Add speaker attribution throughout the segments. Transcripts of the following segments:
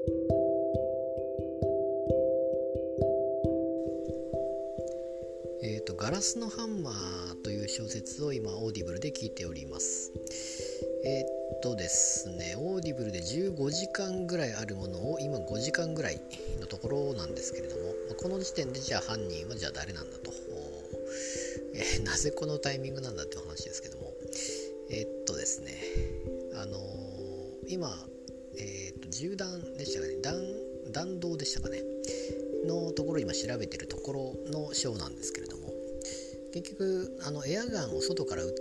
Speaker 1: ガラスのハンマーという小説を今オーディブルで聞いております。ですね、オーディブルで15時間ぐらいあるものを今5時間ぐらいのところなんですけれども、この時点でじゃあ犯人はじゃあ誰なんだと、なぜこのタイミングなんだっていう話ですけども、ですね、今、銃弾でしたかね、弾道でしたかねのところ今調べてるところの章なんですけれども、結局エアガンを外から撃って、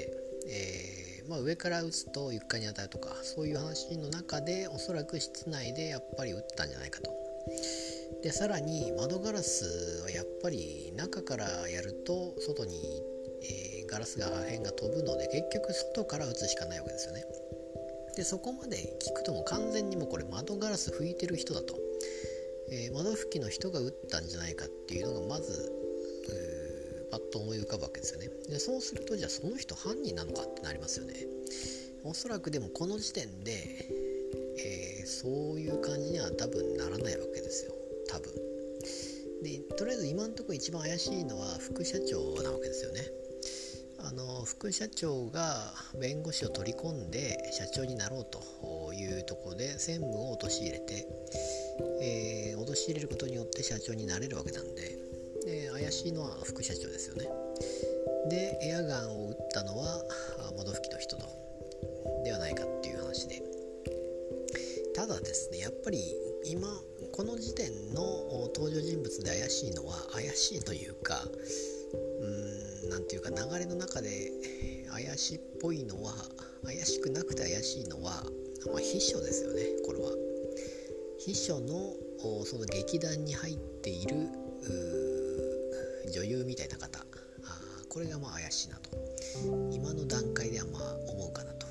Speaker 1: 上から撃つと床に当たるとか、そういう話の中でおそらく室内でやっぱり撃ったんじゃないかと。でさらに窓ガラスはやっぱり中からやると外に、ガラスが破片が飛ぶので、結局外から撃つしかないわけですよね。でそこまで聞くともう完全にもうこれ窓ガラス拭いてる人だと、窓拭きの人が撃ったんじゃないかっていうのがまずパッと思い浮かぶわけですよね。でそうするとじゃあその人犯人なのかってなりますよね。おそらくでもこの時点で、そういう感じには多分ならないわけですよ、多分。でとりあえず今のところ一番怪しいのは副社長なわけですよね。副社長が弁護士を取り込んで社長になろうというところで専務を陥れて、陥れることによって社長になれるわけなんで、怪しいのは副社長ですよね。でエアガンを撃ったのは窓拭きの人ではないかっていう話で、ただですね、やっぱり今この時点の登場人物で怪しいのは、怪しいというかなんていうか流れの中で怪しいっぽいのは、怪しくなくて怪しいのは、秘書ですよね。これは秘書のその劇団に入っている女優みたいな方、これが怪しいなと今の段階では思うかなと。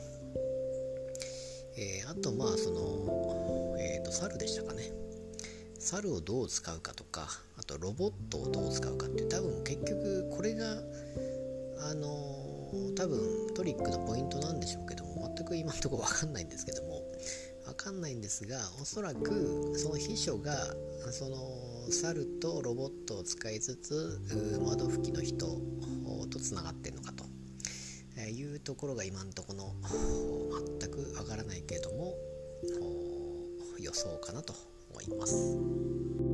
Speaker 1: あとその猿でしたかね。猿をどう使うかとか、あとロボットをどう使うかって、多分結局これが多分トリックのポイントなんでしょうけども、全く今のところ分かんないんですけども、分かんないんですが、おそらくその秘書がその猿とロボットを使いつつ窓拭きの人とつながっているのかというところが今のところの全く分からないけれども予想かなと思います。